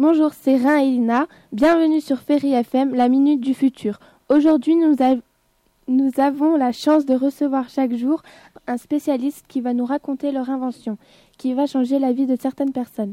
Bonjour, c'est Rein et Lina. Bienvenue sur Ferry FM, la Minute du Futur. Aujourd'hui, nous avons la chance de recevoir chaque jour un spécialiste qui va nous raconter leur invention, qui va changer la vie de certaines personnes.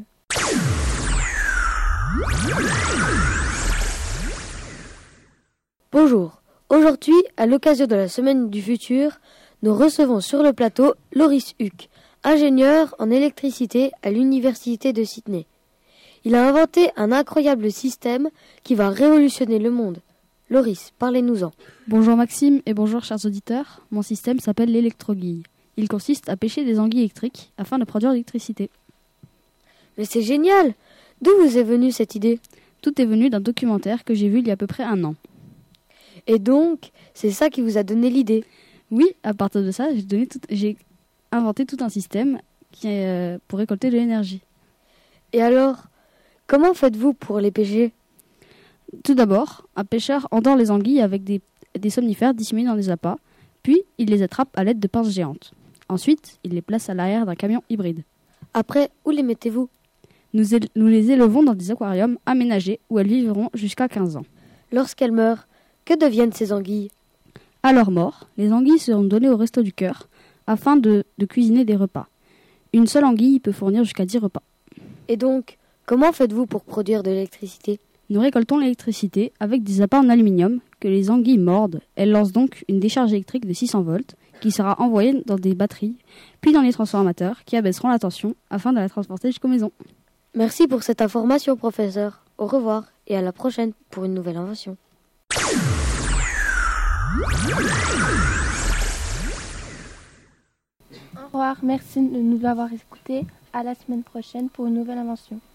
Bonjour. Aujourd'hui, à l'occasion de la Semaine du Futur, nous recevons sur le plateau Loris Huck, ingénieur en électricité à l'Université de Sydney. Il a inventé un incroyable système qui va révolutionner le monde. Loris, parlez-nous-en. Bonjour Maxime et bonjour chers auditeurs. Mon système s'appelle l'électroguille. Il consiste à pêcher des anguilles électriques afin de produire l'électricité. Mais c'est génial! D'où vous est venue cette idée? Tout est venu d'un documentaire que j'ai vu il y a à peu près 1 an. Et donc, c'est ça qui vous a donné l'idée? Oui, à partir de ça, j'ai inventé tout un système pour récolter de l'énergie. Et alors, comment faites-vous pour les pêcher? Tout d'abord, un pêcheur endort les anguilles avec des somnifères disséminés dans des appâts, puis il les attrape à l'aide de pinces géantes. Ensuite, il les place à l'arrière d'un camion hybride. Après, où les mettez-vous? Nous les élevons dans des aquariums aménagés où elles vivront jusqu'à 15 ans. Lorsqu'elles meurent, que deviennent ces anguilles? À leur mort, les anguilles seront données au Resto du Cœur afin de cuisiner des repas. Une seule anguille peut fournir jusqu'à 10 repas. Et donc, comment faites-vous pour produire de l'électricité? Nous récoltons l'électricité avec des appâts en aluminium que les anguilles mordent. Elles lancent donc une décharge électrique de 600 volts qui sera envoyée dans des batteries, puis dans les transformateurs qui abaisseront la tension afin de la transporter jusqu'aux maisons. Merci pour cette information, professeur. Au revoir et à la prochaine pour une nouvelle invention. Au revoir, merci de nous avoir écoutés. À la semaine prochaine pour une nouvelle invention.